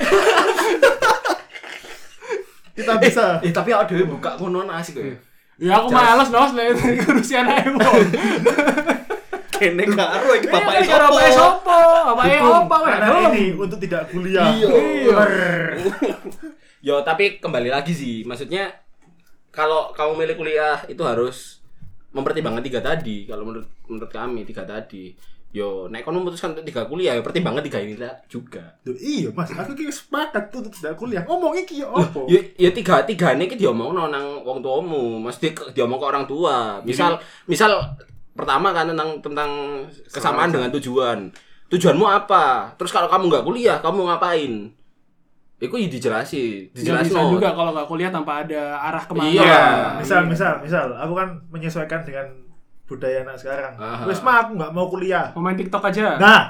Kita bisa. Eh, tapi awake dhewe buka ngono asik kok ya. Ya aku males nos lah ngurusi anaknya mau. Kene karo iki bapake Iya, sopo? bapake sopo? Bapake opo kan? Karena ini untuk tidak kuliah. Iya. Yo, tapi kembali lagi sih, maksudnya kalau kamu milih kuliah itu harus mempertimbangkan tiga tadi. Kalau menurut menurut kami tiga tadi. Yo, nek kono memutuskan untuk tiga kuliah, ya pertimbangan tiga ini lah juga. Duh, iya, Mas. Aku ki sepakat tuh untuk tidak kuliah. Ngomong iki ya apa? Ya, ya tiga tiga ini kita diomongno nang wong tuamu, mesti ke- diomong ke orang tua. Misal misal pertama kan tentang tentang kesamaan dengan tujuan. Tujuanmu apa? Terus kalau kamu nggak kuliah, kamu ngapain? Iku ya dijelasin, Ya, bisa dijelasin juga kalau nggak kuliah tanpa ada arah kemana. Iya. Misal, misal, misal, aku kan menyesuaikan dengan budaya anak sekarang. Aha. Wes mah aku nggak mau kuliah. Pemain TikTok aja. Nah,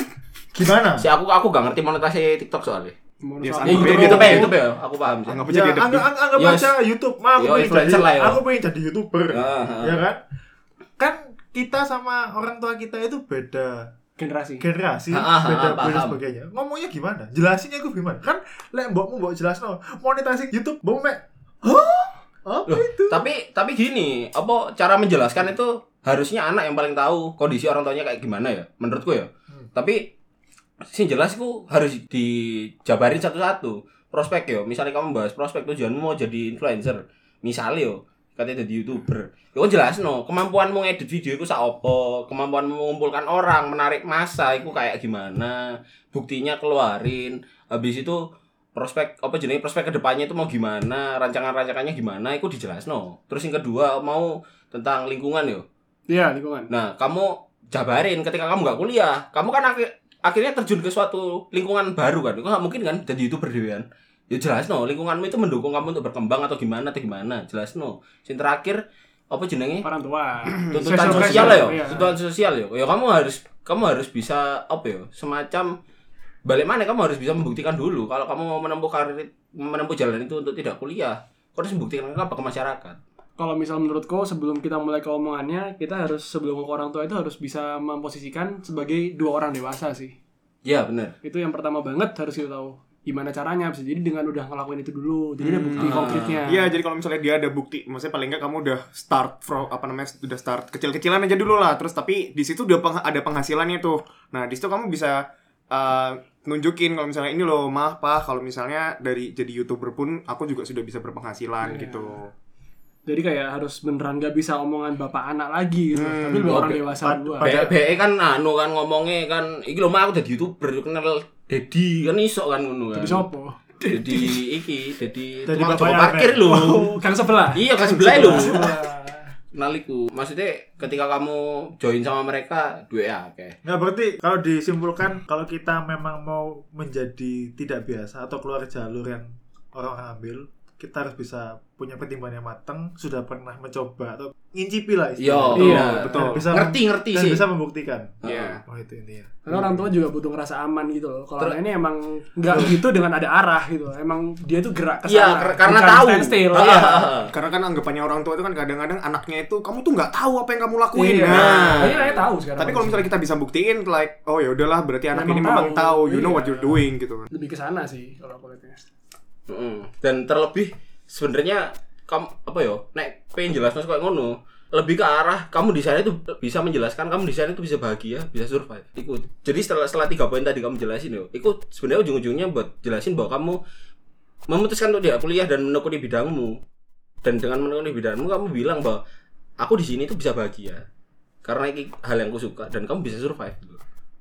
gimana? Si aku aku gak ngerti monetasi TikTok soalnya. Menurut Ya, aku- sama Eh, YouTube, Beda YouTube, dong. ya, YouTube ya, aku paham sih. Anggap Ya, aja dia anggap, debut. anggap Ya, aja YouTube. Mah aku ya, pengen jadi, influencer lah, ya. aku pengen jadi YouTuber. Aha. Ya kan? Kan kita sama orang tua kita itu beda generasi. generasi, Ah, ah, beda ah, beda paham. sebagainya. Ngomongnya gimana? Jelasinnya aku gimana? Kan lek mbokmu mbok jelasno monetasi YouTube, mbokmu mek hah? Apa Loh, itu? tapi tapi gini, apa cara menjelaskan itu harusnya anak yang paling tahu kondisi orang tuanya kayak gimana ya, menurutku ya. Hmm. Tapi sing jelas itu harus dijabarin satu-satu. Prospek yo, misalnya kamu bahas prospek tujuanmu mau jadi influencer, misalnya yo, katanya jadi YouTuber. Ya kan jelas no, kemampuanmu ngedit video itu sak opo, kemampuanmu mengumpulkan orang, menarik massa itu kayak gimana, buktinya keluarin. Habis itu prospek apa jenenge prospek kedepannya itu mau gimana, rancangan-rancangannya gimana, itu dijelas no. Terus yang kedua mau tentang lingkungan yo. Iya, lingkungan. Nah, kamu jabarin ketika kamu nggak kuliah, kamu kan akhir, akhirnya terjun ke suatu lingkungan baru kan. Itu nggak mungkin kan jadi YouTuber dewean. Ya jelas no, lingkunganmu itu mendukung kamu untuk berkembang atau gimana atau gimana, jelas no. Yang terakhir apa jenenge? Orang tua. Tuntutan Social sosial pressure, ya, iya. tuntutan sosial ya. Ya kamu harus kamu harus bisa apa ya? Semacam balik mana kamu harus bisa membuktikan dulu kalau kamu mau menempuh karir menempuh jalan itu untuk tidak kuliah. Kau harus membuktikan apa ke masyarakat. Kalau misal menurutku sebelum kita mulai ke omongannya, kita harus sebelum ke orang tua itu harus bisa memposisikan sebagai dua orang dewasa sih. Ya benar. Itu yang pertama banget harus kita tahu. Gimana caranya? Bisa jadi dengan udah ngelakuin itu dulu. Jadi ada bukti Ah. konkretnya. Iya, jadi kalau misalnya dia ada bukti, maksudnya paling nggak kamu udah start from apa namanya, udah start kecil-kecilan aja dulu lah. Terus tapi di situ udah peng- ada penghasilannya tuh. Nah, di situ kamu bisa uh, nunjukin kalau misalnya ini loh, mah, Pak, kalau misalnya dari jadi YouTuber pun aku juga sudah bisa berpenghasilan Iya. gitu. Jadi kayak harus beneran gak bisa omongan bapak anak lagi gitu. Hmm, Tapi lebih orang oke. dewasa Pad- dua. pad- B E kan anu kan ngomongnya kan iki lho mah aku dadi YouTuber kenal Dedi kan iso kan ngono kan. Tapi sopo? Jadi iki, jadi Jadi tukang bapaknya coba parkir Arnet. lho. Kan sebelah. Iya kan sebelah lho. Sebelah. Kenaliku. Maksudnya ketika kamu join sama mereka duit ya oke. Nggak, berarti kalau disimpulkan kalau kita memang mau menjadi tidak biasa atau keluar jalur yang orang ambil, kita harus bisa punya pertimbangan yang matang, sudah pernah mencoba atau ngincipi lah Yo, istilahnya. iya, Dan betul. bisa Ngerti-ngerti dan sih. bisa membuktikan. Iya. Oh itu intinya. Karena orang tua juga butuh ngerasa aman gitu loh. Kalau Terus- anak ini emang nggak gitu dengan ada arah gitu. Emang dia tuh gerak ke sana. Iya, kar- karena bukan tahu. standstill. Ah, Iya. ah, ah. Karena kan anggapannya orang tua itu kan kadang-kadang anaknya itu kamu tuh nggak tahu apa yang kamu lakuin. Iya. Nah, Jadi saya tahu sekarang. tapi kalau misalnya kita bisa buktiin like oh ya udahlah berarti anak Memang ini memang tahu. tahu, you know Iya. what you're doing gitu kan. lebih ke sana sih kalau aku lihatnya. Heeh. Dan terlebih sebenarnya kamu apa yo nek pengen jelasno kayak ngono lebih ke arah kamu di sana itu bisa menjelaskan kamu di sana itu bisa bahagia bisa survive ikut jadi setelah setelah tiga poin tadi kamu jelasin yo ikut sebenarnya ujung-ujungnya buat jelasin bahwa kamu memutuskan untuk tidak kuliah dan menekuni bidangmu dan dengan menekuni bidangmu kamu bilang bahwa aku di sini itu bisa bahagia karena ini hal yang aku suka dan kamu bisa survive gitu.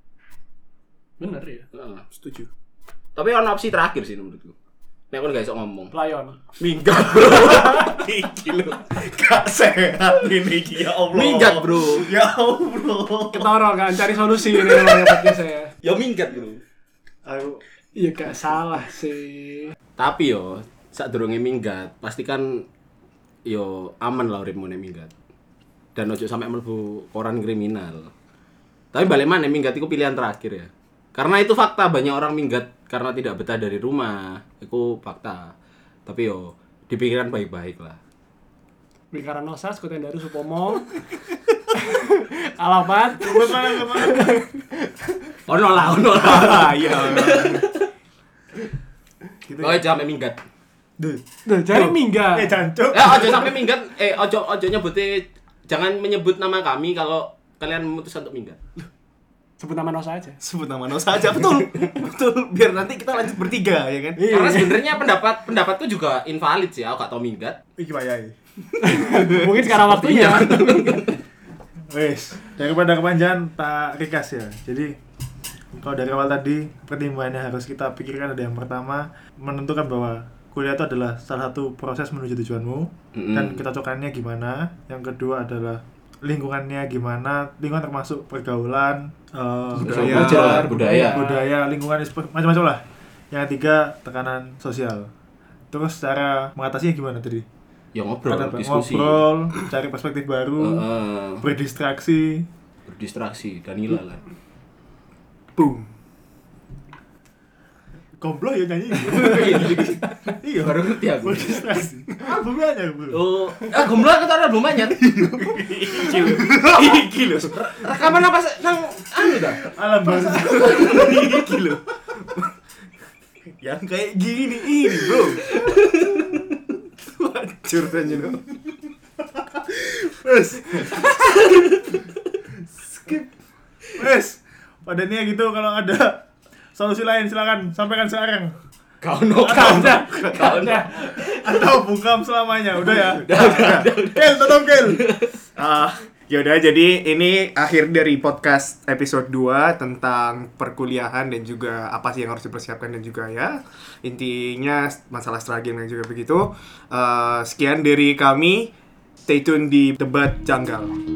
Bener ya. Heeh. Setuju. Tapi ada opsi terakhir sih menurutku nek aku gak iso ngomong Pelayon. minggat bro. Iki lho, gak sehat ini iki, ya Allah. Minggat bro. Ya Allah. Kita orang kan cari solusi ini orang podcast saya. Ya minggat bro. Aku Iya gak salah sih. Tapi yo saat durunge minggat pastikan yo aman lah uripmu nek minggat. Dan ojo sampai mlebu koran kriminal. Tapi balik mana minggat itu pilihan terakhir ya. Karena itu fakta, banyak orang minggat karena tidak betah dari rumah. Itu fakta. Tapi yo dipikirkan baik-baik lah. Bikaran Nosa, Skuten Daru Supomo. Alamat. Buat mana kemana? Ono lah, ono lah. Iya. Gitu Oh, jangan sampai minggat. Duh. Duh, cari minggat. Eh jancuk. Ya, ojo sampai minggat. Eh, ojo ojo nyebutnya, jangan menyebut nama kami kalau kalian memutuskan untuk minggat. Sebut nama Nosa aja. Sebut nama Nosa aja, betul. Betul, biar nanti kita lanjut bertiga ya kan. Iya. Karena sebenarnya pendapat pendapatku juga invalid sih. Aku gak tau minggat. Iki bayai. Mungkin sekarang waktunya. Wes, daripada kepanjangan tak ringkas ya. Jadi kalau dari awal tadi pertimbangannya harus kita pikirkan ada yang pertama menentukan bahwa kuliah itu adalah salah satu proses menuju tujuanmu Mm-mm. dan kecocokkannya gimana. Yang kedua adalah lingkungannya gimana, lingkungan termasuk pergaulan, eh, Budaya. belajar, Budaya. budaya, lingkungan sep- macam-macam lah. Yang ketiga tekanan sosial. Terus cara mengatasinya gimana tadi? Ya ngobrol, Ada apa? diskusi. Ngobrol, cari perspektif baru, Heeh. berdistraksi. Berdistraksi Danila lah. Boom. Gomblo ya nyanyi. Iya, Baru ngerti aku. berdistraksi. Albumnya aja, Bro. Oh, ah gomblak kata album anyar. Iki lho. Iki lho. Rekaman apa sih? Nang anu dah. Alam bangsa. Iki lho. Yang kayak gini ini, Bro. Hancur aja lo. Wes. Skip. Wes. Pada niat gitu kalau ada solusi lain silakan sampaikan sekarang. Kau no Atau, kau no. atau bungkam selamanya. Udah ya. Kel, tolong Kel. Ah, yaudah jadi ini akhir dari podcast episode dua tentang perkuliahan dan juga apa sih yang harus dipersiapkan dan juga ya intinya masalah struggling dan juga begitu. Eh, sekian dari kami, stay tune di Debat Janggal.